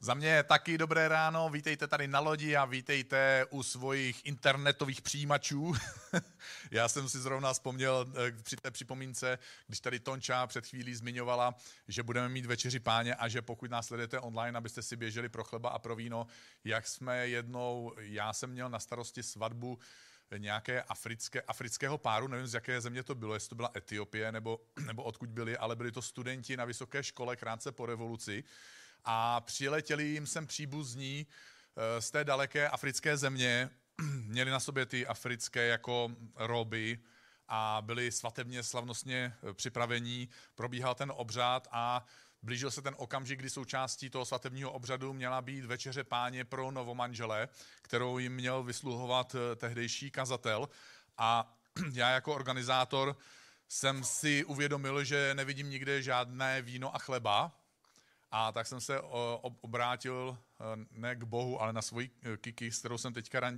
Za mě taky dobré ráno, vítejte tady na lodi a vítejte u svojich internetových přijímačů. Já jsem si zrovna vzpomněl při té připomínce, když tady Tonča před chvílí zmiňovala, že budeme mít večeři Páně a že pokud nás sledujete online, abyste si běželi pro chleba a pro víno, jak jsme já jsem měl na starosti svatbu nějaké afrického páru, nevím z jaké země to bylo, jestli to byla Etiopie nebo odkud byli, ale byli to studenti na vysoké škole krátce po revoluci. A přiletěli jim sem příbuzní z té daleké africké země, měli na sobě ty africké jako roby a byli svatebně slavnostně připravení, probíhal ten obřad a blížil se ten okamžik, kdy součástí toho svatebního obřadu měla být večeře Páně pro novomanžele, kterou jim měl vysluhovat tehdejší kazatel. A já jako organizátor jsem si uvědomil, že nevidím nikde žádné víno a chleba, a tak jsem se obrátil ne k Bohu, ale na svoji Kiki, s kterou jsem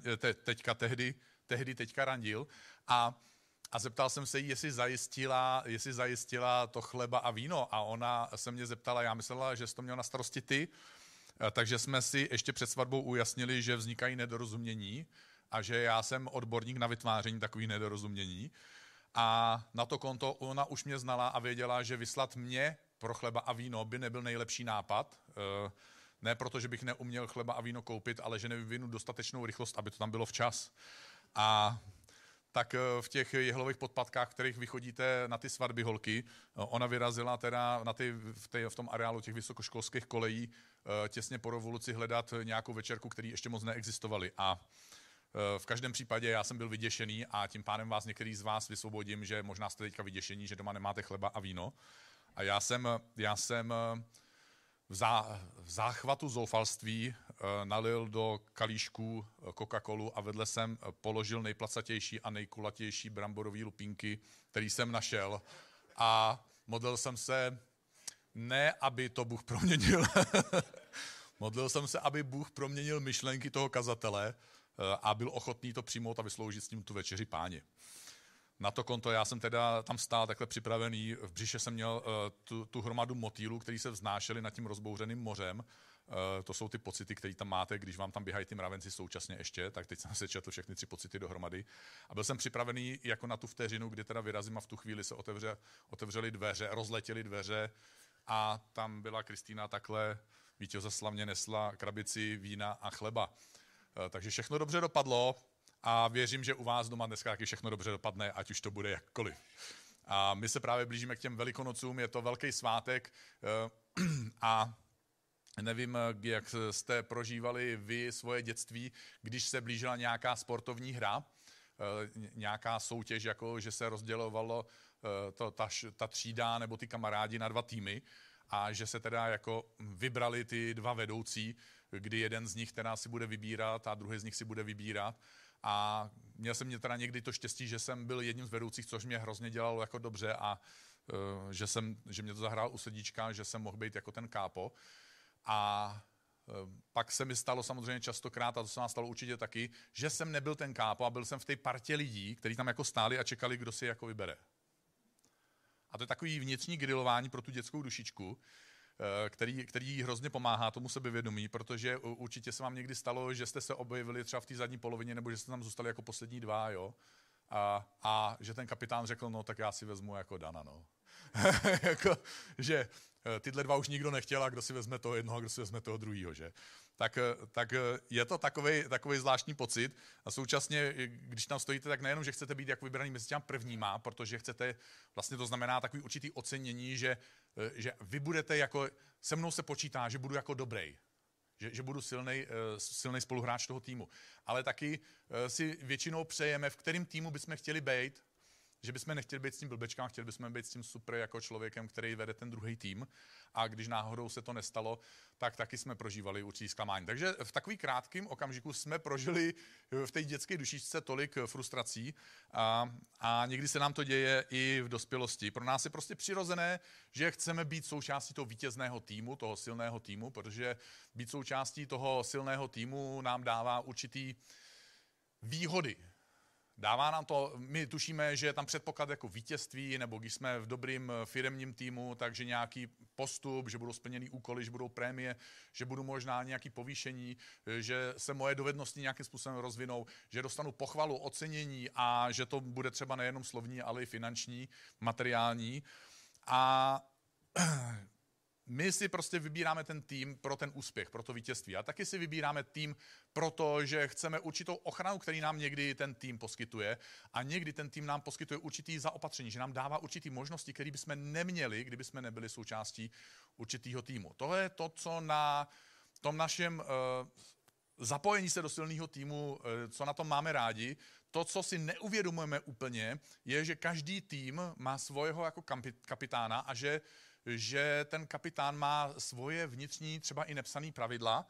teďka randil a zeptal jsem se jí, jestli zajistila to chleba a víno a ona se mě zeptala, já myslela, že jsi to měl na starosti ty, takže jsme si ještě před svatbou ujasnili, že vznikají nedorozumění a že já jsem odborník na vytváření takových nedorozumění a na to konto ona už mě znala a věděla, že vyslat mě pro chleba a víno by nebyl nejlepší nápad. Ne proto, že bych neuměl chleba a víno koupit, ale že nevyvinu dostatečnou rychlost, aby to tam bylo včas. A tak v těch jehlových podpatkách, v kterých vychodíte na ty svatby holky, ona vyrazila teda v tom areálu těch vysokoškolských kolejí těsně po revoluci hledat nějakou večerku, které ještě moc neexistovaly. A v každém případě já jsem byl vyděšený a tím pádem vás některý z vás vysvobodím, že možná jste teďka vyděšení, že doma nemáte chleba a víno. A já jsem v záchvatu zoufalství nalil do kalíšku Coca-Colu a vedle jsem položil nejplacatější a nejkulatější bramborový lupínky, který jsem našel. A modlil jsem se, ne aby to Bůh proměnil, modlil jsem se, aby Bůh proměnil myšlenky toho kazatele a byl ochotný to přijmout a vysloužit s ním tu večeři Páně. Na to konto já jsem teda tam stál takhle připravený, v břiše jsem měl tu hromadu motýlů, který se vznášely nad tím rozbouřeným mořem. To jsou ty pocity, které tam máte, když vám tam běhají ty mravenci současně ještě, tak teď jsem se četl všechny 3 pocity dohromady. A byl jsem připravený jako na tu vteřinu, kdy teda vyrazím a v tu chvíli se otevřely dveře, rozletěly dveře a tam byla Kristýna takhle vítězoslavně nesla krabici vína a chleba. Takže všechno dobře dopadlo. A věřím, že u vás doma dneska taky všechno dobře dopadne, ať už to bude jakkoliv. A my se právě blížíme k těm Velikonocům, je to velký svátek a nevím, jak jste prožívali vy svoje dětství, když se blížila nějaká sportovní hra, nějaká soutěž, jako že se rozdělovalo ta třída nebo ty kamarádi na 2 týmy a že se teda jako vybrali ty 2 vedoucí, kdy jeden z nich teda si bude vybírat a druhý z nich si bude vybírat. A měl jsem teda někdy to štěstí, že jsem byl jedním z vedoucích, což mě hrozně dělalo jako dobře a že mě to zahrál u srdíčka, že jsem mohl být jako ten kápo. A pak se mi stalo samozřejmě častokrát, a to se nám stalo určitě taky, že jsem nebyl ten kápo a byl jsem v té partě lidí, kteří tam jako stáli a čekali, kdo si jako vybere. A to je takový vnitřní grilování pro tu dětskou dušičku, který hrozně pomáhá tomu sebevědomí, protože určitě se vám někdy stalo, že jste se objevili třeba v té zadní polovině, nebo že jste tam zůstali jako poslední 2, jo? A že ten kapitán řekl, no tak já si vezmu jako Dana, no. Jako, že tyhle 2 už nikdo nechtěl a kdo si vezme toho jednoho a kdo si vezme toho druhého, že? Tak je to takovej zvláštní pocit a současně, když tam stojíte, tak nejenom, že chcete být jako vybraný mezi těmi prvníma, protože chcete, vlastně to znamená takový určitý ocenění, že vy budete jako, se mnou se počítá, že budu jako dobrý, že budu silný spoluhráč toho týmu. Ale taky si většinou přejeme, v kterém týmu bychom chtěli být, že bychom nechtěli být s tím blbečkem, chtěli bychom být s tím super jako člověkem, který vede ten druhý tým. A když náhodou se to nestalo, tak taky jsme prožívali určitý zklamání. Takže v takový krátkým okamžiku jsme prožili v té dětské dušičce tolik frustrací a někdy se nám to děje i v dospělosti. Pro nás je prostě přirozené, že chceme být součástí toho vítězného týmu, toho silného týmu, protože být součástí toho silného týmu nám dává určitý výhody. Dává nám to, my tušíme, že je tam předpoklad jako vítězství, nebo když jsme v dobrým firemním týmu, takže nějaký postup, že budou splněný úkoly, že budou prémie, že budu možná nějaký povýšení, že se moje dovednosti nějakým způsobem rozvinou, že dostanu pochvalu, ocenění a že to bude třeba nejenom slovní, ale i finanční, materiální. A my si prostě vybíráme ten tým pro ten úspěch, pro to vítězství. A taky si vybíráme tým proto, že chceme určitou ochranu, který nám někdy ten tým poskytuje. A někdy ten tým nám poskytuje určitý zaopatření, že nám dává určitý možnosti, které bychom neměli, kdyby jsme nebyli součástí určitého týmu. Tohle je to, co na tom našem zapojení se do silného týmu, co na tom máme rádi. To, co si neuvědomujeme úplně, je, že každý tým má svého jako kapitána a že ten kapitán má svoje vnitřní, třeba i nepsané pravidla,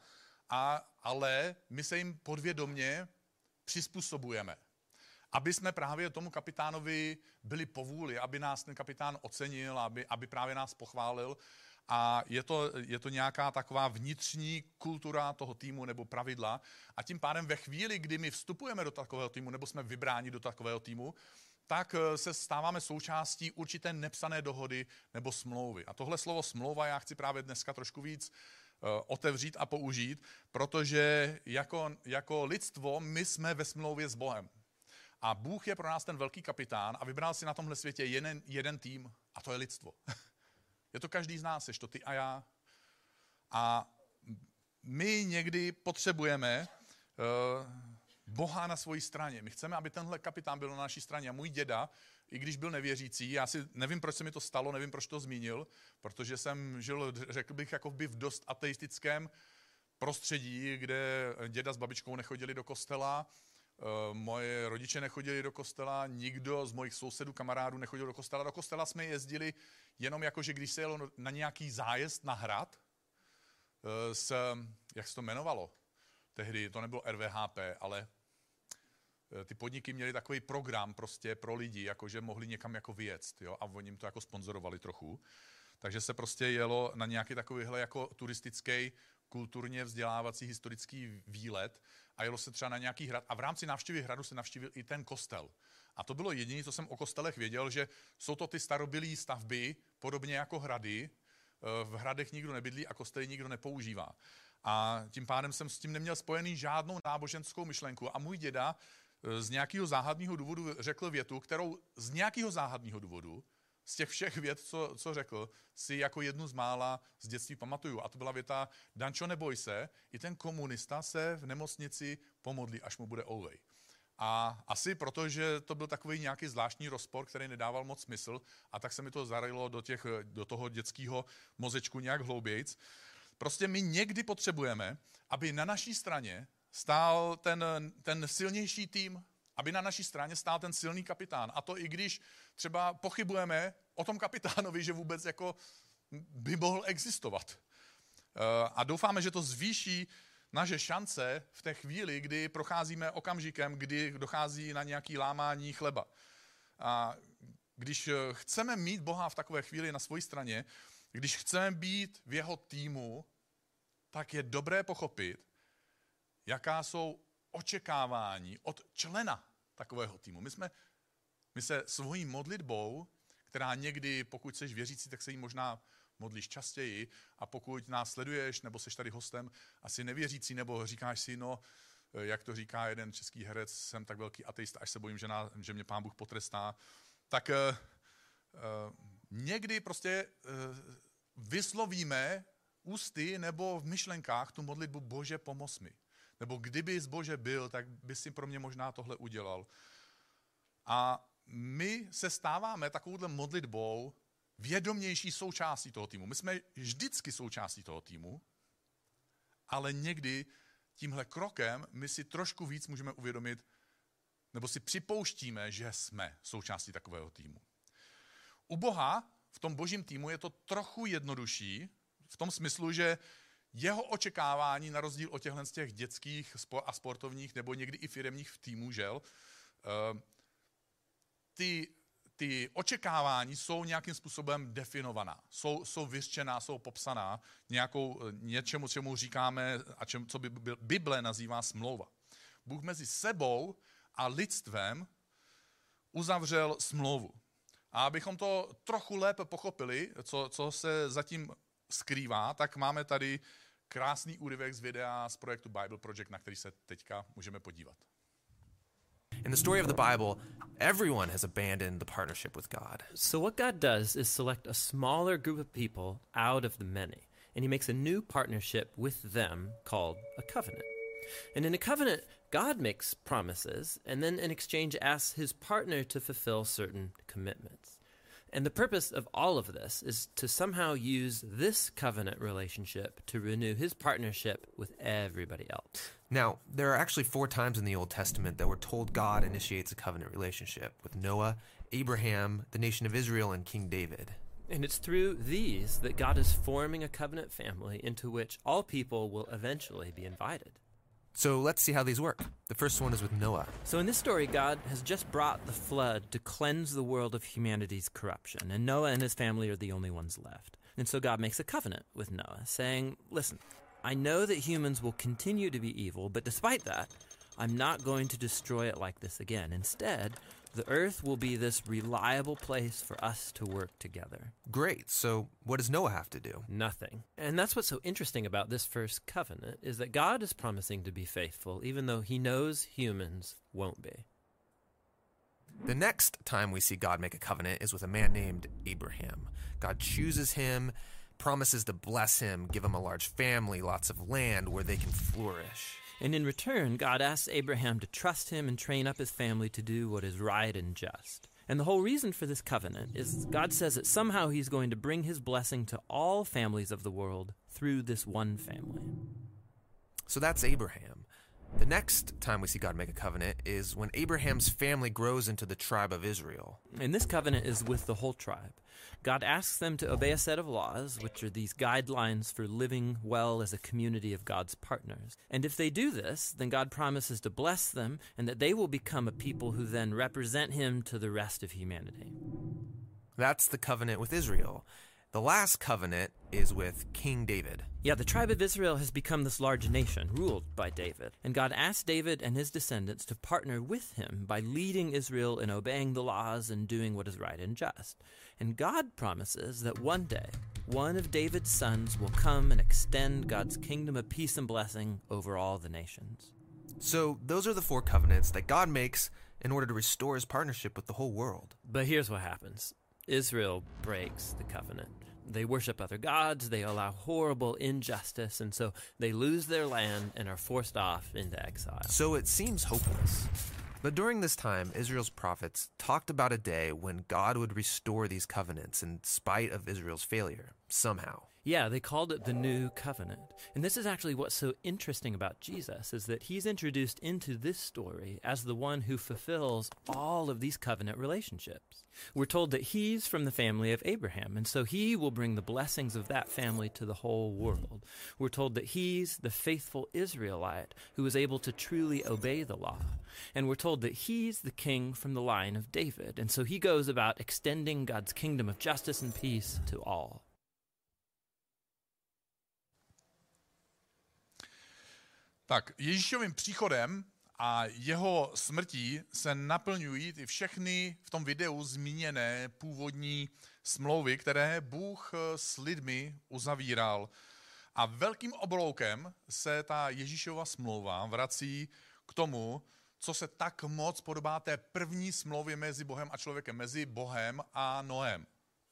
ale my se jim podvědomě přizpůsobujeme. Aby jsme právě tomu kapitánovi byli po vůli, aby nás ten kapitán ocenil, aby právě nás pochválil. A je to nějaká taková vnitřní kultura toho týmu nebo pravidla. A tím pádem ve chvíli, kdy my vstupujeme do takového týmu nebo jsme vybráni do takového týmu, tak se stáváme součástí určité nepsané dohody nebo smlouvy. A tohle slovo smlouva já chci právě dneska trošku víc otevřít a použít, protože jako lidstvo my jsme ve smlouvě s Bohem. A Bůh je pro nás ten velký kapitán a vybral si na tomhle světě jeden tým a to je lidstvo. Je to každý z nás, jsi to ty a já. A my někdy potřebujeme Boha na svojí straně. My chceme, aby tenhle kapitán byl na naší straně. A můj děda, i když byl nevěřící, já si nevím, proč se mi to stalo, nevím, proč to zmínil, protože jsem žil, řekl bych, jako v dost ateistickém prostředí, kde děda s babičkou nechodili do kostela, moje rodiče nechodili do kostela, nikdo z mojich sousedů, kamarádů nechodil do kostela. Do kostela jsme jezdili jenom jako, že když se jelo na nějaký zájezd na hrad, jak se to jmenovalo? Tehdy to nebylo RVHP, ale ty podniky měly takový program prostě pro lidi, jakože mohli někam jako vyjet, jo, a oni jim to jako sponzorovali trochu. Takže se prostě jelo na nějaký takovýhle jako turistický, kulturně vzdělávací historický výlet a jelo se třeba na nějaký hrad a v rámci návštěvy hradu se navštívil i ten kostel. A to bylo jediné, co jsem o kostelech věděl, že jsou to ty starobylé stavby, podobně jako hrady. V hradech nikdo nebydlí a kostely nikdo nepoužívá. A tím pádem jsem s tím neměl spojený žádnou náboženskou myšlenku. A můj děda z nějakého záhadného důvodu řekl větu, kterou z nějakého záhadného důvodu, z těch všech vět, co řekl, si jako jednu z mála z dětství pamatuju. A to byla věta: Dančo, neboj se, i ten komunista se v nemocnici pomodlí, až mu bude olej. A asi proto, že to byl takový nějaký zvláštní rozpor, který nedával moc smysl, a tak se mi to zarilo do toho dětského mozečku nějak hloubějc. Prostě my někdy potřebujeme, aby na naší straně stál ten silnější tým, aby na naší straně stál ten silný kapitán. A to i když třeba pochybujeme o tom kapitánovi, že vůbec jako by mohl existovat. A doufáme, že to zvýší naše šance v té chvíli, kdy procházíme okamžikem, kdy dochází na nějaké lámání chleba. A když chceme mít Boha v takové chvíli na své straně, když chceme být v jeho týmu, tak je dobré pochopit, jaká jsou očekávání od člena takového týmu. My se svojí modlitbou, která někdy, pokud jsi věřící, tak se jí možná modlíš častěji, a pokud nás sleduješ, nebo seš tady hostem, asi nevěřící, nebo říkáš si, no, jak to říká jeden český herec, jsem tak velký ateista, až se bojím, že mě Pán Bůh potrestá, tak někdy prostě vyslovíme ústy nebo v myšlenkách tu modlitbu: Bože, pomoz mi. Nebo kdyby Bože byl, tak by si pro mě možná tohle udělal. A my se stáváme takovouhle modlitbou vědomější součástí toho týmu. My jsme vždycky součástí toho týmu, ale někdy tímhle krokem my si trošku víc můžeme uvědomit, nebo si připouštíme, že jsme součástí takového týmu. U Boha v tom božím týmu je to trochu jednodušší, v tom smyslu, že jeho očekávání, na rozdíl od těchto z těch dětských a sportovních nebo někdy i firemních týmů, ty očekávání jsou nějakým způsobem definovaná, jsou vyřčená, jsou popsaná něčemu, čemu říkáme a co Bible nazývá smlouva. Bůh mezi sebou a lidstvem uzavřel smlouvu. A abychom to trochu lépe pochopili, co se zatím skrývá, tak máme tady krásný úryvek z videa z projektu Bible Project, na který se teďka můžeme podívat. In the story of the Bible, everyone has abandoned the partnership with God. So what God does is select a smaller group of people out of the many, and he makes a new partnership with them called a covenant. And in a covenant, God makes promises, and then in exchange asks his partner to fulfill certain commitments. And the purpose of all of this is to somehow use this covenant relationship to renew his partnership with everybody else. Now, there are actually 4 times in the Old Testament that we're told God initiates a covenant relationship with Noah, Abraham, the nation of Israel, and King David. And it's through these that God is forming a covenant family into which all people will eventually be invited. So let's see how these work. The first one is with Noah. So in this story, God has just brought the flood to cleanse the world of humanity's corruption, and Noah and his family are the only ones left. And so God makes a covenant with Noah, saying, listen, I know that humans will continue to be evil, but despite that, I'm not going to destroy it like this again. Instead, the earth will be this reliable place for us to work together. Great. So what does Noah have to do? Nothing. And that's what's so interesting about this first covenant, is that God is promising to be faithful, even though he knows humans won't be. The next time we see God make a covenant is with a man named Abraham. God chooses him, promises to bless him, give him a large family, lots of land where they can flourish. And in return, God asks Abraham to trust him and train up his family to do what is right and just. And the whole reason for this covenant is God says that somehow he's going to bring his blessing to all families of the world through this one family. So that's Abraham. The next time we see God make a covenant is when Abraham's family grows into the tribe of Israel. And this covenant is with the whole tribe. God asks them to obey a set of laws, which are these guidelines for living well as a community of God's partners. And if they do this, then God promises to bless them and that they will become a people who then represent him to the rest of humanity. That's the covenant with Israel. The last covenant is with King David. Yeah, the tribe of Israel has become this large nation, ruled by David. And God asked David and his descendants to partner with him by leading Israel in obeying the laws and doing what is right and just. And God promises that one day, one of David's sons will come and extend God's kingdom of peace and blessing over all the nations. So those are the 4 covenants that God makes in order to restore his partnership with the whole world. But here's what happens. Israel breaks the covenant. They worship other gods, they allow horrible injustice, and so they lose their land and are forced off into exile. So it seems hopeless. But during this time, Israel's prophets talked about a day when God would restore these covenants in spite of Israel's failure, somehow. Yeah, they called it the New Covenant. And this is actually what's so interesting about Jesus, is that he's introduced into this story as the one who fulfills all of these covenant relationships. We're told that he's from the family of Abraham, and so he will bring the blessings of that family to the whole world. We're told that he's the faithful Israelite who is able to truly obey the law. And we're told that he's the king from the line of David, and so he goes about extending God's kingdom of justice and peace to all. Tak, Ježíšovým příchodem a jeho smrtí se naplňují ty všechny v tom videu zmíněné původní smlouvy, které Bůh s lidmi uzavíral. A velkým obloukem se ta Ježíšova smlouva vrací k tomu, co se tak moc podobá té první smlouvě mezi Bohem a člověkem, mezi Bohem a Noem.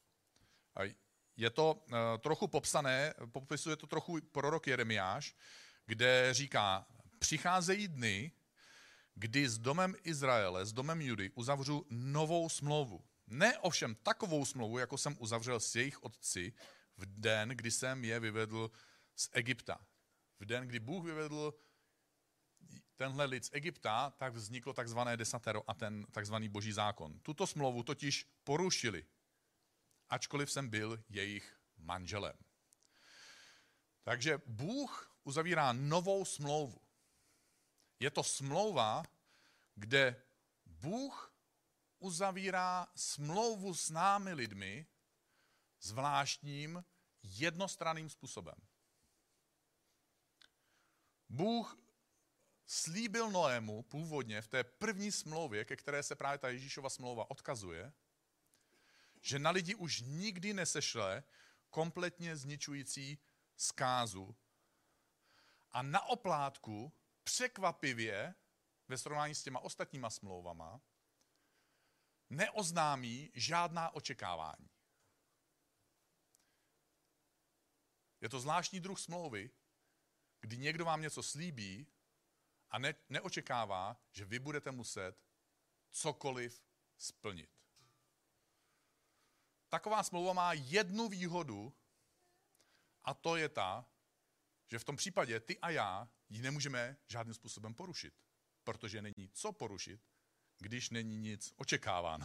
Je to trochu popsané, popisuje to trochu prorok Jeremiáš, kde říká, přicházejí dny, kdy s domem Izraele, s domem Judy uzavřu novou smlouvu. Ne ovšem takovou smlouvu, jako jsem uzavřel s jejich otci v den, kdy jsem je vyvedl z Egypta. V den, kdy Bůh vyvedl tenhle lid z Egypta, tak vzniklo takzvané desatero a ten takzvaný boží zákon. Tuto smlouvu totiž porušili, ačkoliv jsem byl jejich manželem. Takže Bůh uzavírá novou smlouvu. Je to smlouva, kde Bůh uzavírá smlouvu s námi lidmi zvláštním jednostranným způsobem. Bůh slíbil Noému původně v té první smlouvě, ke které se právě ta Ježíšova smlouva odkazuje, že na lidi už nikdy nesešle kompletně zničující zkázu a na oplátku překvapivě ve srovnání s těma ostatníma smlouvama neoznámí žádná očekávání. Je to zvláštní druh smlouvy, kdy někdo vám něco slíbí a neočekává, že vy budete muset cokoliv splnit. Taková smlouva má jednu výhodu a to je ta, že v tom případě ty a já ji nemůžeme žádným způsobem porušit, protože není co porušit, když není nic očekáváno.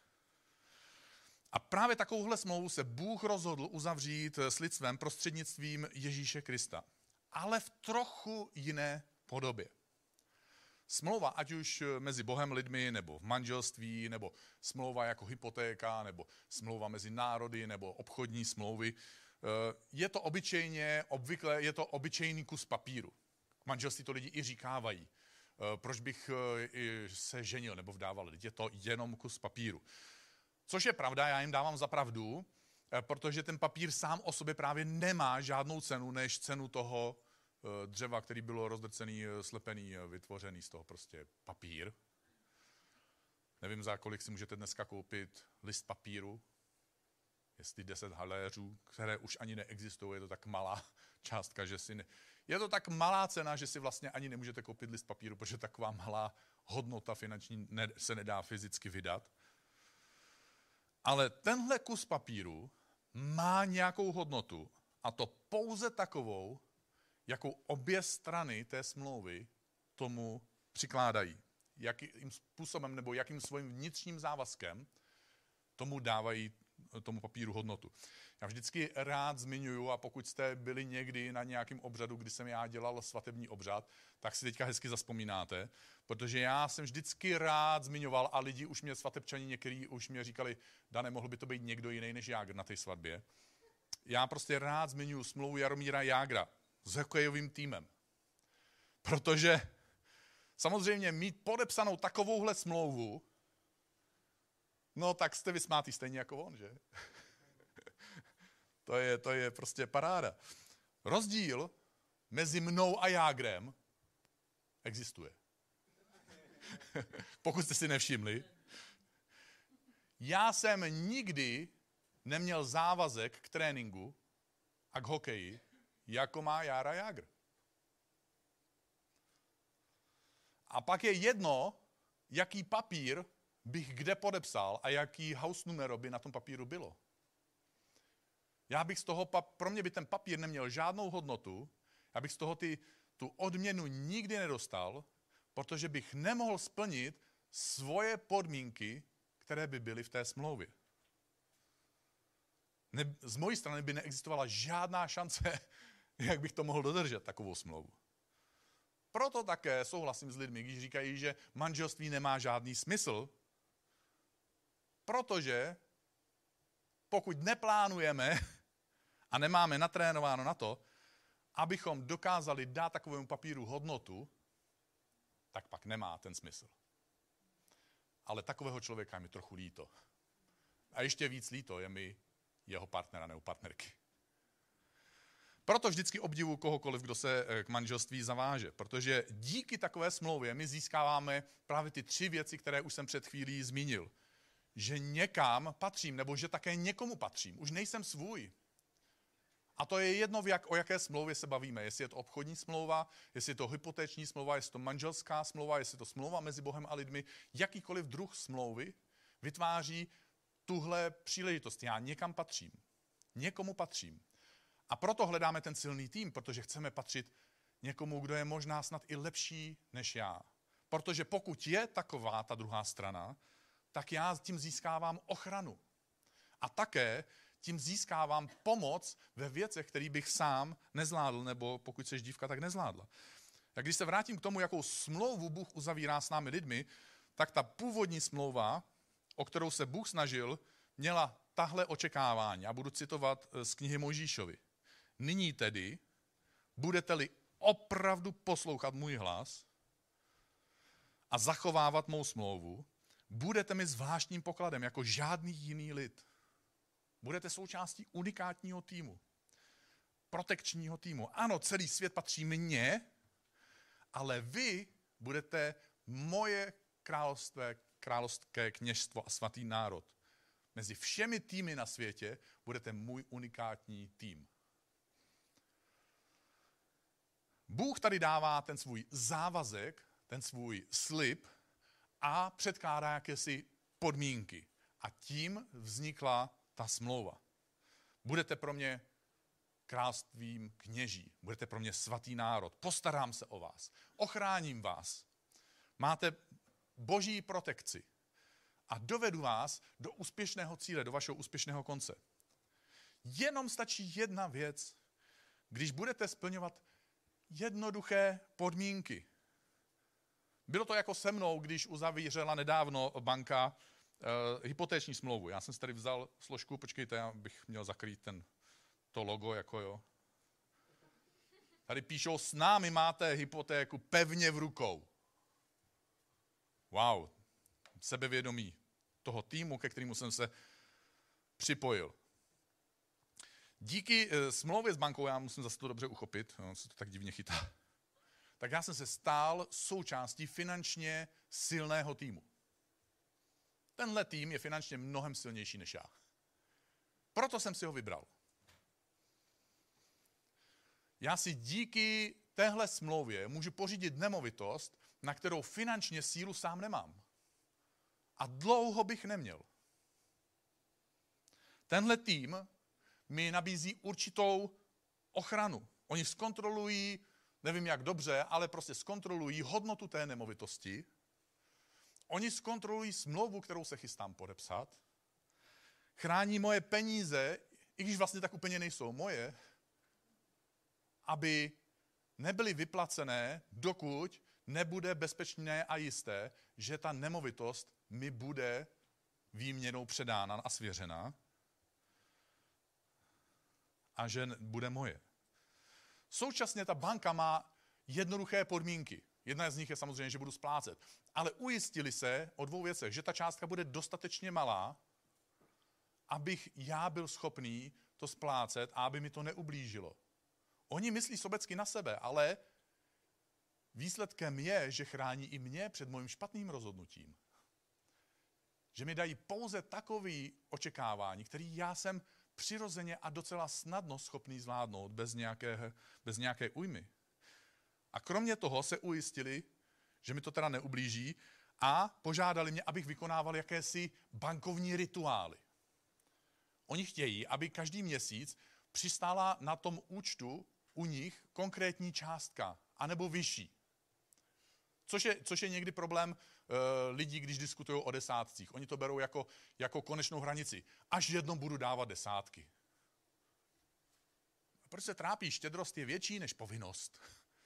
A právě takovouhle smlouvu se Bůh rozhodl uzavřít s lidstvem prostřednictvím Ježíše Krista. Ale v trochu jiné podobě. Smlouva, ať už mezi Bohem, lidmi, nebo v manželství, nebo smlouva jako hypotéka, nebo smlouva mezi národy, nebo obchodní smlouvy, je to obvykle je to obyčejný kus papíru. K manželství to lidi i říkávají. Proč bych se ženil nebo vdával? Je to jenom kus papíru. Což je pravda, já jim dávám za pravdu, protože ten papír sám o sobě právě nemá žádnou cenu, než cenu toho dřeva, který bylo rozdrcený, slepený, vytvořený z toho prostě papír. Nevím, za kolik si můžete dneska koupit list papíru, jestli 10 haléřů, které už ani neexistují, je to tak malá částka, že si je to tak malá cena, že si vlastně ani nemůžete koupit list papíru, protože taková malá hodnota finanční se nedá fyzicky vydat. Ale tenhle kus papíru má nějakou hodnotu a to pouze takovou, jakou obě strany té smlouvy tomu přikládají. Jakým způsobem nebo jakým svým vnitřním závazkem tomu dávají tomu papíru hodnotu. Já vždycky rád zmiňuju, a pokud jste byli někdy na nějakém obřadu, kdy jsem já dělal svatební obřad, tak si teďka hezky zazpomínáte, protože já jsem vždycky rád zmiňoval a lidi už mě svatebčani některý už mě říkali, Dane, mohl by to být někdo jiný než Jágr na té svatbě. Já prostě rád zmiňuji smlouvu Jaromíra Jágra s hokejovým týmem. Protože samozřejmě mít podepsanou takovouhle smlouvu, no tak jste vysmátý stejně jako on, že? To je prostě paráda. Rozdíl mezi mnou a Jágrem existuje. Pokud jste si nevšimli. Já jsem nikdy neměl závazek k tréninku a k hokeji, jako má Jára Jágr. A pak je jedno, jaký papír bych kde podepsal a jaký house numero by na tom papíru bylo. Já bych z toho, pro mě by ten papír neměl žádnou hodnotu, já bych z toho tu odměnu nikdy nedostal, protože bych nemohl splnit svoje podmínky, které by byly v té smlouvě. Z mojí strany by neexistovala žádná šance, jak bych to mohl dodržet, takovou smlouvu. Proto také souhlasím s lidmi, když říkají, že manželství nemá žádný smysl, protože pokud neplánujeme a nemáme natrénováno na to, abychom dokázali dát takovému papíru hodnotu, tak pak nemá ten smysl. Ale takového člověka je mi trochu líto. A ještě víc líto je mi jeho partnera nebo partnerky. Proto vždycky obdivuji kohokoliv, kdo se k manželství zaváže, protože díky takové smlouvě my získáváme právě ty 3 věci, které už jsem před chvílí zmínil. Že někam patřím, nebo že také někomu patřím. Už nejsem svůj. A to je jedno, o jaké smlouvě se bavíme. Jestli je to obchodní smlouva, jestli je to hypotéční smlouva, jestli je to manželská smlouva, jestli je to smlouva mezi Bohem a lidmi. Jakýkoliv druh smlouvy vytváří tuhle příležitost. Já někam patřím. Někomu patřím. A proto hledáme ten silný tým, protože chceme patřit někomu, kdo je možná snad i lepší než já. Protože pokud je taková ta druhá strana, tak já tím získávám ochranu. A také tím získávám pomoc ve věcech, které bych sám nezvládl, nebo pokud seš dívka, tak nezvládla. A když se vrátím k tomu, jakou smlouvu Bůh uzavírá s námi lidmi, tak ta původní smlouva, o kterou se Bůh snažil, měla tahle očekávání. A budu citovat z knihy Mojžíšovi. Nyní tedy, budete-li opravdu poslouchat můj hlas a zachovávat mou smlouvu, budete mi zvláštním pokladem jako žádný jiný lid. Budete součástí unikátního týmu, protekčního týmu. Ano, celý svět patří mně, ale vy budete moje královské kněžstvo a svatý národ. Mezi všemi týmy na světě budete můj unikátní tým. Bůh tady dává ten svůj závazek, ten svůj slib a předkládá jakési podmínky. A tím vznikla ta smlouva. Budete pro mě královstvím kněží, budete pro mě svatý národ, postarám se o vás, ochráním vás, máte boží protekci a dovedu vás do úspěšného cíle, do vašeho úspěšného konce. Jenom stačí jedna věc, když budete splňovat jednoduché podmínky. Bylo to jako se mnou, když uzavířela nedávno banka hypotéční smlouvu. Já jsem si tady vzal složku, počkejte, já bych měl zakrýt to logo, jako jo. Tady píšou, s námi máte hypotéku pevně v rukou. Wow, sebevědomí toho týmu, ke kterému jsem se připojil. Díky smlouvě s bankou, já musím zase to dobře uchopit, se to tak divně chytá, tak já jsem se stal součástí finančně silného týmu. Tenhle tým je finančně mnohem silnější než já. Proto jsem si ho vybral. Já si díky téhle smlouvě můžu pořídit nemovitost, na kterou finančně sílu sám nemám. A dlouho bych neměl. Tenhle tým mi nabízí určitou ochranu. Oni zkontrolují, nevím jak dobře, ale prostě zkontrolují hodnotu té nemovitosti. Oni zkontrolují smlouvu, kterou se chystám podepsat. Chrání moje peníze, i když vlastně tak úplně nejsou moje, aby nebyly vyplacené, dokud nebude bezpečné a jisté, že ta nemovitost mi bude výměnou předána a svěřena a že bude moje. Současně ta banka má jednoduché podmínky. Jedna z nich je samozřejmě, že budu splácet. Ale ujistili se o dvou věcech, že ta částka bude dostatečně malá, abych já byl schopný to splácet a aby mi to neublížilo. Oni myslí sobecky na sebe, ale výsledkem je, že chrání i mě před mojím špatným rozhodnutím. Že mi dají pouze takový očekávání, který já jsem přirozeně a docela snadno schopný zvládnout bez nějaké újmy. A kromě toho se ujistili, že mi to teda neublíží a požádali mě, abych vykonával jakési bankovní rituály. Oni chtějí, aby každý měsíc přistála na tom účtu u nich konkrétní částka, anebo vyšší. Což je někdy problém lidí, když diskutují o desátcích. Oni to berou jako konečnou hranici. Až jednou budu dávat desátky. Proč se trápí? Štědrost je větší než povinnost.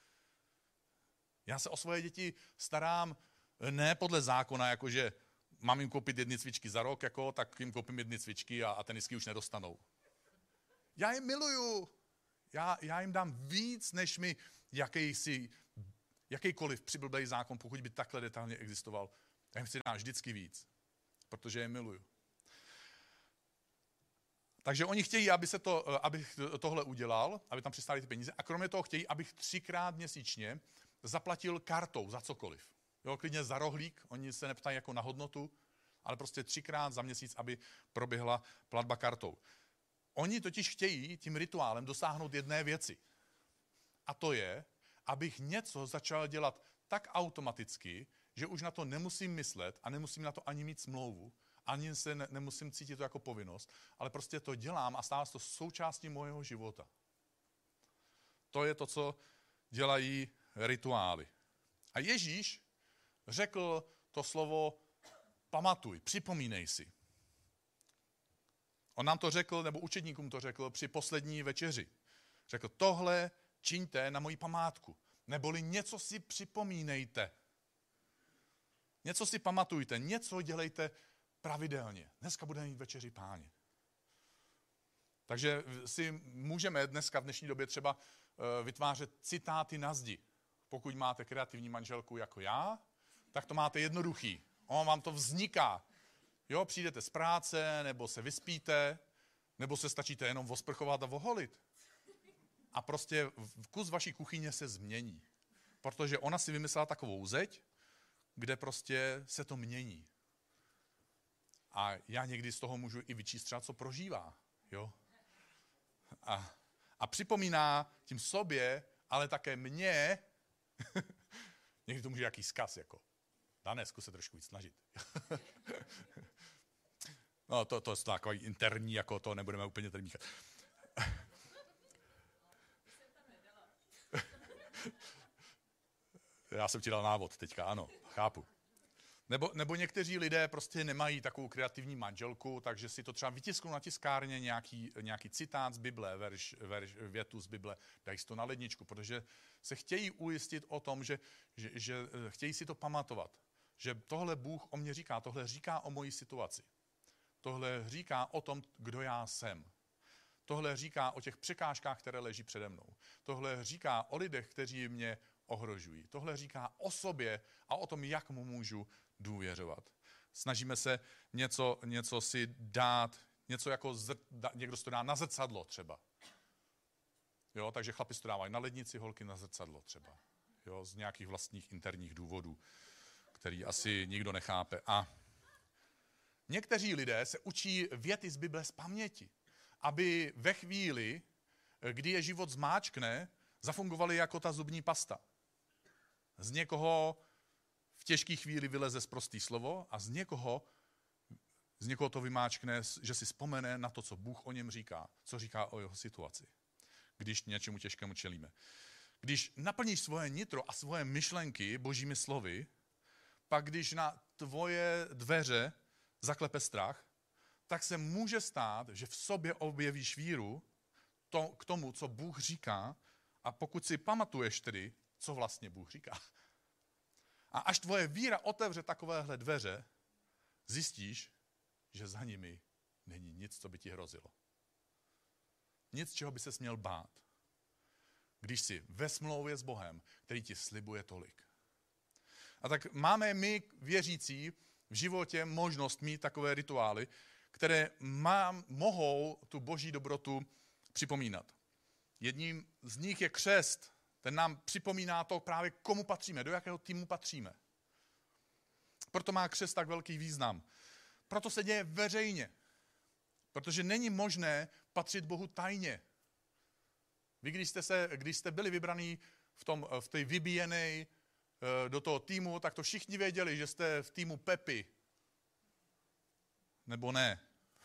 Já se o svoje děti starám ne podle zákona, jakože mám jim koupit 1 cvičky za rok, tak jim koupím 1 cvičky a tenisky už nedostanou. Já je miluju. Já jim dám víc, než mi jakýkoliv přiblblej zákon, pokud by takhle detailně existoval. Já jim si dám vždycky víc, protože je miluju. Takže oni chtějí, abych tohle udělal, aby tam přistály ty peníze, a kromě toho chtějí, abych 3krát měsíčně zaplatil kartou za cokoliv. Jo, klidně za rohlík, oni se neptají jako na hodnotu, ale prostě 3krát za měsíc, aby proběhla platba kartou. Oni totiž chtějí tím rituálem dosáhnout jedné věci. A to je, abych něco začal dělat tak automaticky, že už na to nemusím myslet a nemusím na to ani mít smlouvu, ani se nemusím cítit to jako povinnost, ale prostě to dělám a stává se to součástí mojeho života. To je to, co dělají rituály. A Ježíš řekl to slovo pamatuj, připomínej si. On nám to řekl, nebo učedníkům to řekl při poslední večeři. Řekl, tohle čiňte na moji památku, neboli něco si připomínejte. Něco si pamatujte, něco dělejte pravidelně. Dneska budeme mít večeři Páně. Takže si můžeme dneska v dnešní době třeba vytvářet citáty na zdi. Pokud máte kreativní manželku jako já, tak to máte jednoduchý. Vám to vzniká. Jo, přijdete z práce, nebo se vyspíte, nebo se stačíte jenom osprchovat a oholit. A prostě kus vaší kuchyně se změní. Protože ona si vymyslela takovou zeď, kde prostě se to mění. A já někdy z toho můžu i vyčíst třeba, co prožívá. Jo? A připomíná tím sobě, ale také mně, někdy to může nějaký vzkaz, jako Dané, zkus se trošku víc snažit. No, to je takový interní, jako to nebudeme úplně tady míchat. Já jsem ti dal návod teďka, ano, chápu. Nebo někteří lidé prostě nemají takovou kreativní manželku, takže si to třeba vytisknou na tiskárně nějaký citát z Bible, větu z Bible, dají si to na ledničku, protože se chtějí ujistit o tom, že chtějí si to pamatovat. Že tohle Bůh o mě říká, tohle říká o mojí situaci. Tohle říká o tom, kdo já jsem. Tohle říká o těch překážkách, které leží přede mnou. Tohle říká o lidech, kteří mě ohrožují. Tohle říká o sobě a o tom, jak mu můžu důvěřovat. Snažíme se něco si dát, něco jako někdo si to dá na zrcadlo třeba. Jo, takže chlapi si to dávají na lednici, holky na zrcadlo třeba. Jo, z nějakých vlastních interních důvodů, který asi nikdo nechápe. A někteří lidé se učí věty z Bible z paměti, aby ve chvíli, kdy je život zmáčkne, zafungovaly jako ta zubní pasta. Z někoho v těžké chvíli vyleze sprostý slovo a z někoho to vymáčkne, že si vzpomene na to, co Bůh o něm říká, co říká o jeho situaci, když něčemu těžkému čelíme. Když naplníš svoje nitro a svoje myšlenky božími slovy, pak když na tvoje dveře zaklepe strach, tak se může stát, že v sobě objevíš víru k tomu, co Bůh říká, a pokud si pamatuješ tedy, co vlastně Bůh říká. A až tvoje víra otevře takovéhle dveře, zjistíš, že za nimi není nic, co by ti hrozilo. Nic, čeho by ses měl bát. Když jsi ve smlouvě s Bohem, který ti slibuje tolik. A tak máme my, věřící, v životě možnost mít takové rituály, které mohou tu boží dobrotu připomínat. Jedním z nich je křest. Ten nám připomíná to právě, komu patříme, do jakého týmu patříme. Proto má křest tak velký význam. Proto se děje veřejně. Protože není možné patřit Bohu tajně. Vy, když jste byli vybraní v té vybíjené do toho týmu, tak to všichni věděli, že jste v týmu Pepy. Nebo ne.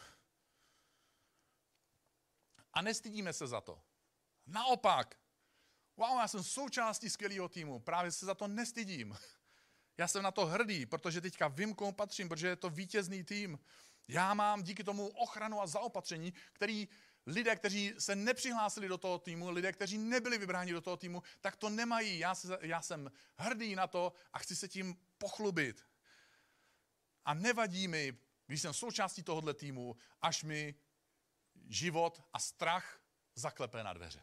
A nestydíme se za to. Naopak. Wow, já jsem součástí skvělého týmu. Právě se za to nestydím. Já jsem na to hrdý, protože teďka vím, komu patřím, protože je to vítězný tým. Já mám díky tomu ochranu a zaopatření, který lidé, kteří se nepřihlásili do toho týmu, lidé, kteří nebyli vybráni do toho týmu, tak to nemají. Já jsem hrdý na to a chci se tím pochlubit. A nevadí mi, když jsem součástí tohohle týmu, až mi život a strach zaklepe na dveře.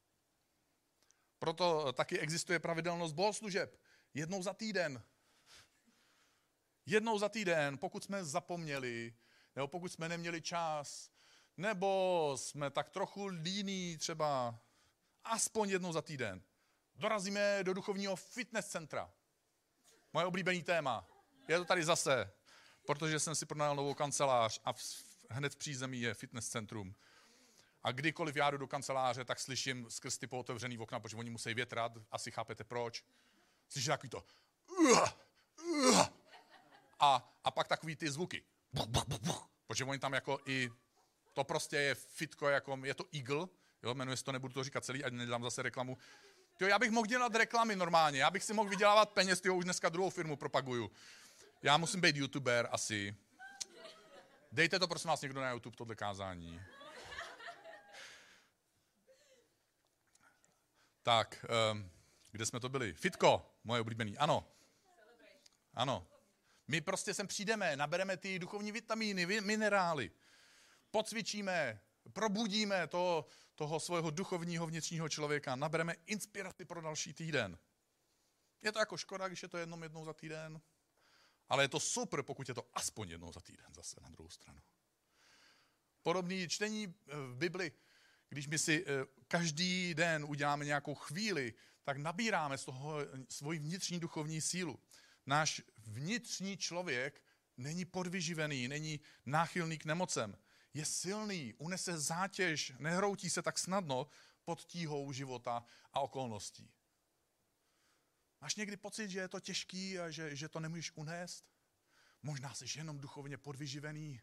Proto taky existuje pravidelnost bohoslužeb. Jednou za týden, pokud jsme zapomněli, nebo pokud jsme neměli čas, nebo jsme tak trochu líní třeba, aspoň jednou za týden. Dorazíme do duchovního fitness centra. Moje oblíbený téma. Je to tady zase, protože jsem si pronajal novou kancelář a hned v přízemí je fitness centrum. A kdykoliv já jdu do kanceláře, tak slyším skrz ty pootevřený okna, protože oni musí větrat, asi chápete proč. Slyším takový to a pak takový ty zvuky. Protože oni tam jako i, to prostě je fitko, jako je to Eagle, jo, jmenuje se to, nebudu to říkat celý, ať nedám zase reklamu. Tyjo, já bych mohl dělat reklamy normálně, já bych si mohl vydělávat peněz, tyjo, už dneska druhou firmu propaguju. Já musím být youtuber asi. Dejte to prosím vás někdo na YouTube, tohle kázání. Tak, kde jsme to byli? Fitko, moje oblíbený, ano. Ano. My prostě sem přijdeme, nabereme ty duchovní vitamíny, minerály, pocvičíme, probudíme toho svého duchovního vnitřního člověka, nabereme inspiraci pro další týden. Je to jako škoda, když je to jednou za týden. Ale je to super, pokud je to aspoň jednou za týden zase na druhou stranu. Podobné čtení v Bibli, když my si každý den uděláme nějakou chvíli, tak nabíráme z toho svoji vnitřní duchovní sílu. Náš vnitřní člověk není podvyživený, není náchylný k nemocem. Je silný, unese zátěž, nehroutí se tak snadno pod tíhou života a okolností. Máš někdy pocit, že je to těžký a že to nemůžeš unést? Možná jsi jenom duchovně podvyživený.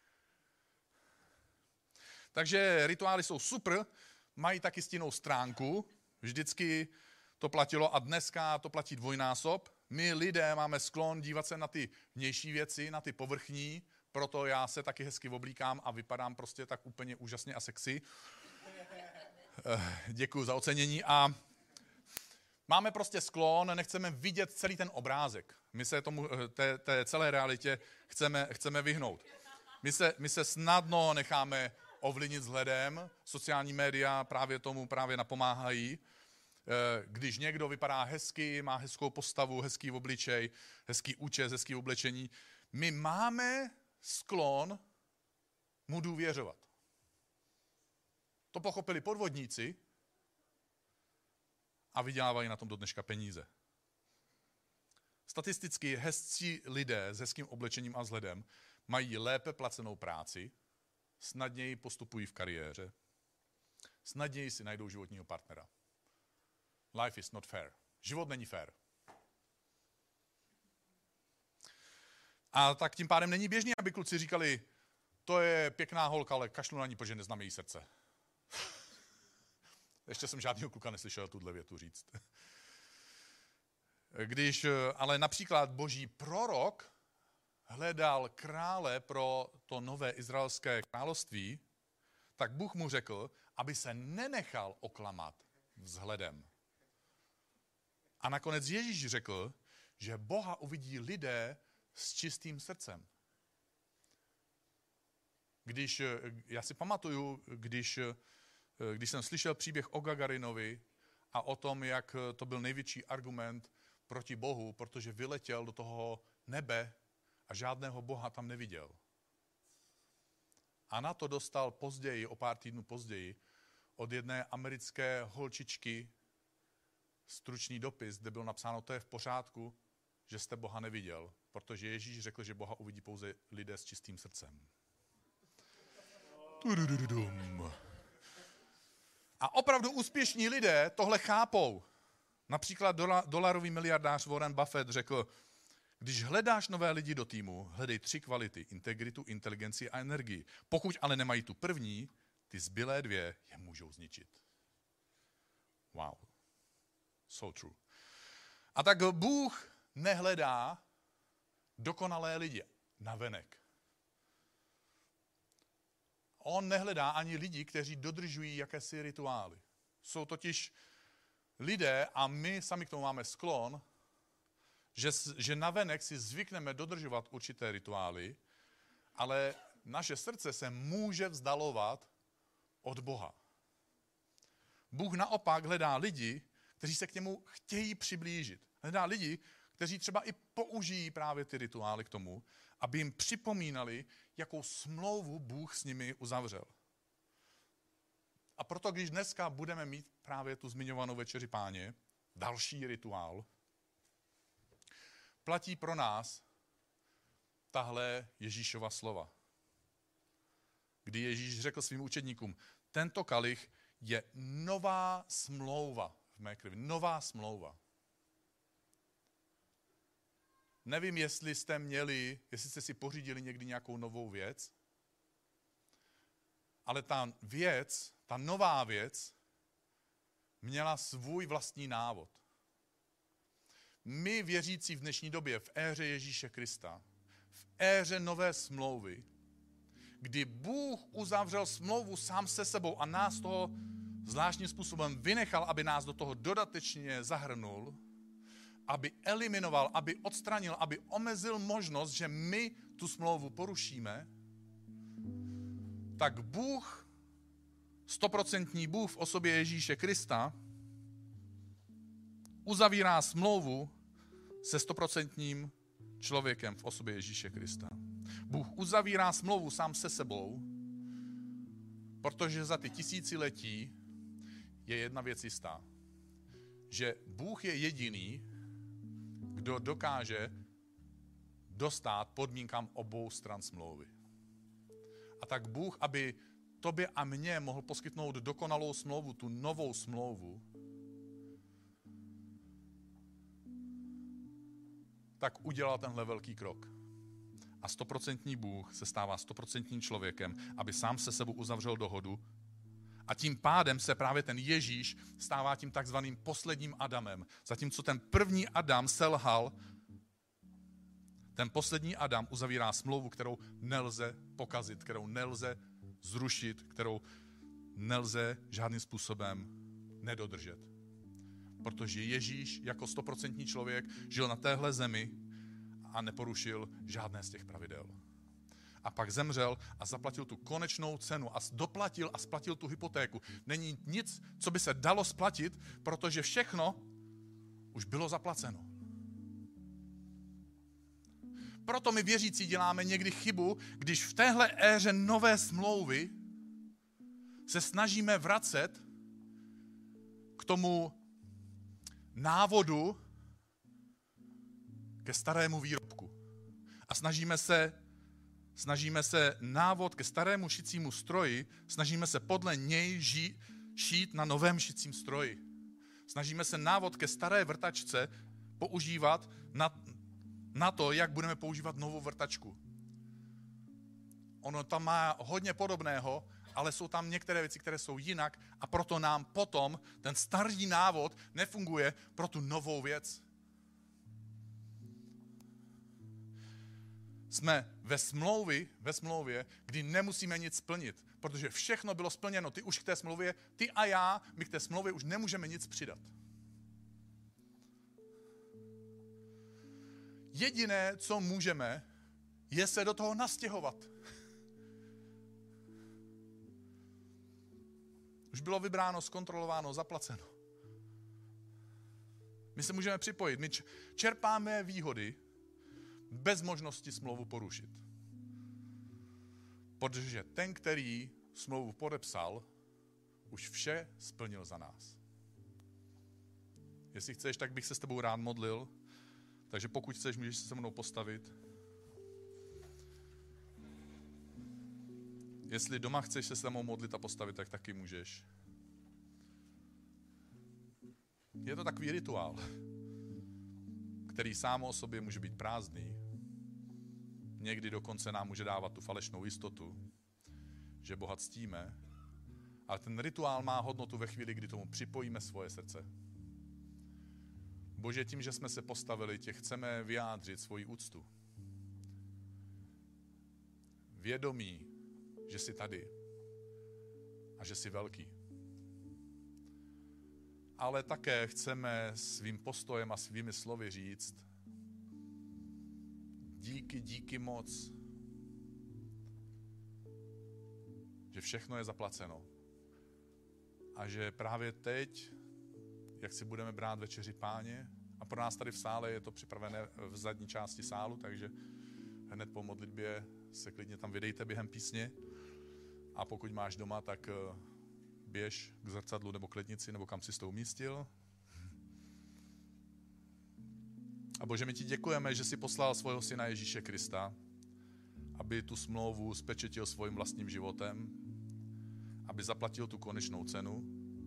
Takže rituály jsou super, mají taky stinnou stránku, vždycky to platilo a dneska to platí dvojnásob. My lidé máme sklon dívat se na ty vnější věci, na ty povrchní, proto já se taky hezky oblíkám a vypadám prostě tak úplně úžasně a sexy. Děkuji za ocenění. A máme prostě sklon, nechceme vidět celý ten obrázek. My se tomu, té celé realitě chceme vyhnout. My se snadno necháme ovlivnit vzhledem, sociální média právě napomáhají. Když někdo vypadá hezky, má hezkou postavu, hezký obličej, hezký účes, hezký oblečení, my máme sklon mu důvěřovat. To pochopili podvodníci a vydělávají na tom do dneška peníze. Statisticky hezcí lidé s hezkým oblečením a vzhledem mají lépe placenou práci, snadněji postupují v kariéře, snadněji si najdou životního partnera. Life is not fair. Život není fair. A tak tím pádem není běžný, aby kluci říkali, to je pěkná holka, ale kašlu na ní, protože neznám její srdce. Ještě jsem žádného kluka neslyšel tuhle větu říct. Když ale například boží prorok hledal krále pro to nové izraelské království, tak Bůh mu řekl, aby se nenechal oklamat vzhledem. A nakonec Ježíš řekl, že Boha uvidí lidé s čistým srdcem. Já si pamatuju, když jsem slyšel příběh o Gagarinovi a o tom, jak to byl největší argument proti Bohu, protože vyletěl do toho nebe a žádného Boha tam neviděl. A na to dostal později, o pár týdnů později, od jedné americké holčičky stručný dopis, kde bylo napsáno, to je v pořádku, že jste Boha neviděl, protože Ježíš řekl, že Boha uvidí pouze lidé s čistým srdcem. A opravdu úspěšní lidé tohle chápou. Například dolarový miliardář Warren Buffett řekl, když hledáš nové lidi do týmu, hledej 3 kvality, integritu, inteligenci a energii. Pokud ale nemají tu první, ty zbylé 2 je můžou zničit. Wow. So true. A tak Bůh nehledá dokonalé lidi navenek. On nehledá ani lidi, kteří dodržují jakési rituály. Jsou totiž lidé, a my sami k tomu máme sklon, že navenek si zvykneme dodržovat určité rituály, ale naše srdce se může vzdalovat od Boha. Bůh naopak hledá lidi, kteří se k němu chtějí přiblížit. Hledá lidi, kteří třeba i použijí právě ty rituály k tomu, aby jim připomínali, jakou smlouvu Bůh s nimi uzavřel. A proto, když dneska budeme mít právě tu zmiňovanou večeři Páně, další rituál, platí pro nás tahle Ježíšova slova. Kdy Ježíš řekl svým učedníkům, tento kalich je nová smlouva v mé krvi. Nová smlouva. Nevím, jestli jste si pořídili někdy nějakou novou věc, ale ta nová věc měla svůj vlastní návod. My věřící v dnešní době, v éře Ježíše Krista, v éře nové smlouvy, kdy Bůh uzavřel smlouvu sám se sebou a nás toho zvláštním způsobem vynechal, aby nás do toho dodatečně zahrnul, aby eliminoval, aby odstranil, aby omezil možnost, že my tu smlouvu porušíme, tak Bůh, 100% Bůh v osobě Ježíše Krista, uzavírá smlouvu se 100% člověkem v osobě Ježíše Krista. Bůh uzavírá smlouvu sám se sebou, protože za ty tisíciletí je jedna věc jistá. Že Bůh je jediný, kdo dokáže dostát podmínkám obou stran smlouvy. A tak Bůh, aby tobě a mně mohl poskytnout dokonalou smlouvu, tu novou smlouvu, tak udělal tenhle velký krok. A 100% Bůh se stává 100% člověkem, aby sám se sebou uzavřel dohodu. A tím pádem se právě ten Ježíš stává tím takzvaným posledním Adamem. Zatímco ten první Adam selhal, ten poslední Adam uzavírá smlouvu, kterou nelze pokazit, kterou nelze zrušit, kterou nelze žádným způsobem nedodržet. Protože Ježíš jako 100% člověk žil na téhle zemi a neporušil žádné z těch pravidel. A pak zemřel a zaplatil tu konečnou cenu a doplatil a splatil tu hypotéku. Není nic, co by se dalo splatit, protože všechno už bylo zaplaceno. Proto my věřící děláme někdy chybu, když v téhle éře nové smlouvy se snažíme vracet k tomu návodu ke starému výrobku. A snažíme se návod ke starému šicímu stroji, snažíme se podle něj šít na novém šicím stroji. Snažíme se návod ke staré vrtačce používat na to, jak budeme používat novou vrtačku. Ono tam má hodně podobného, ale jsou tam některé věci, které jsou jinak a proto nám potom ten starý návod nefunguje pro tu novou věc. Jsme ve smlouvě, kdy nemusíme nic splnit, protože všechno bylo splněno. Ty už k té smlouvě, ty a já, my k té smlouvě už nemůžeme nic přidat. Jediné, co můžeme, je se do toho nastěhovat. Už bylo vybráno, zkontrolováno, zaplaceno. My se můžeme připojit, my čerpáme výhody bez možnosti smlouvu porušit. Protože ten, který smlouvu podepsal, už vše splnil za nás. Jestli chceš, tak bych se s tebou rád modlil. Takže pokud chceš, můžeš se mnou postavit. Jestli doma chceš se mnou modlit a postavit, tak taky můžeš. Je to takový rituál, který sám o sobě může být prázdný. Někdy dokonce nám může dávat tu falešnou jistotu, že Boha ctíme, ale ten rituál má hodnotu ve chvíli, kdy tomu připojíme svoje srdce. Bože, tím, že jsme se postavili, tě chceme vyjádřit svoji úctu. Vědomí, že jsi tady a že jsi velký. Ale také chceme svým postojem a svými slovy říct díky moc, že všechno je zaplaceno. A že právě teď, jak si budeme brát večeři Páně, a pro nás tady v sále je to připravené v zadní části sálu, takže hned po modlitbě se klidně tam vydejte během písně. A pokud máš doma, tak běž k zrcadlu nebo k lednici, nebo kam jsi to umístil. A Bože, my ti děkujeme, že jsi poslal svého syna Ježíše Krista, aby tu smlouvu spečetil svým vlastním životem, aby zaplatil tu konečnou cenu,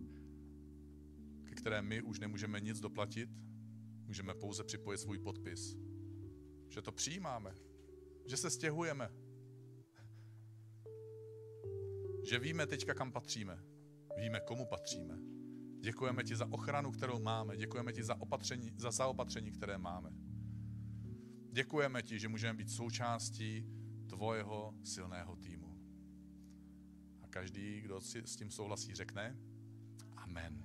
ke které my už nemůžeme nic doplatit, můžeme pouze připojit svůj podpis. Že to přijímáme, že se stěhujeme, že víme teďka, kam patříme, víme, komu patříme. Děkujeme ti za ochranu, kterou máme, děkujeme ti za zaopatření, které máme. Děkujeme ti, že můžeme být součástí tvojeho silného týmu. A každý, kdo s tím souhlasí, řekne amen.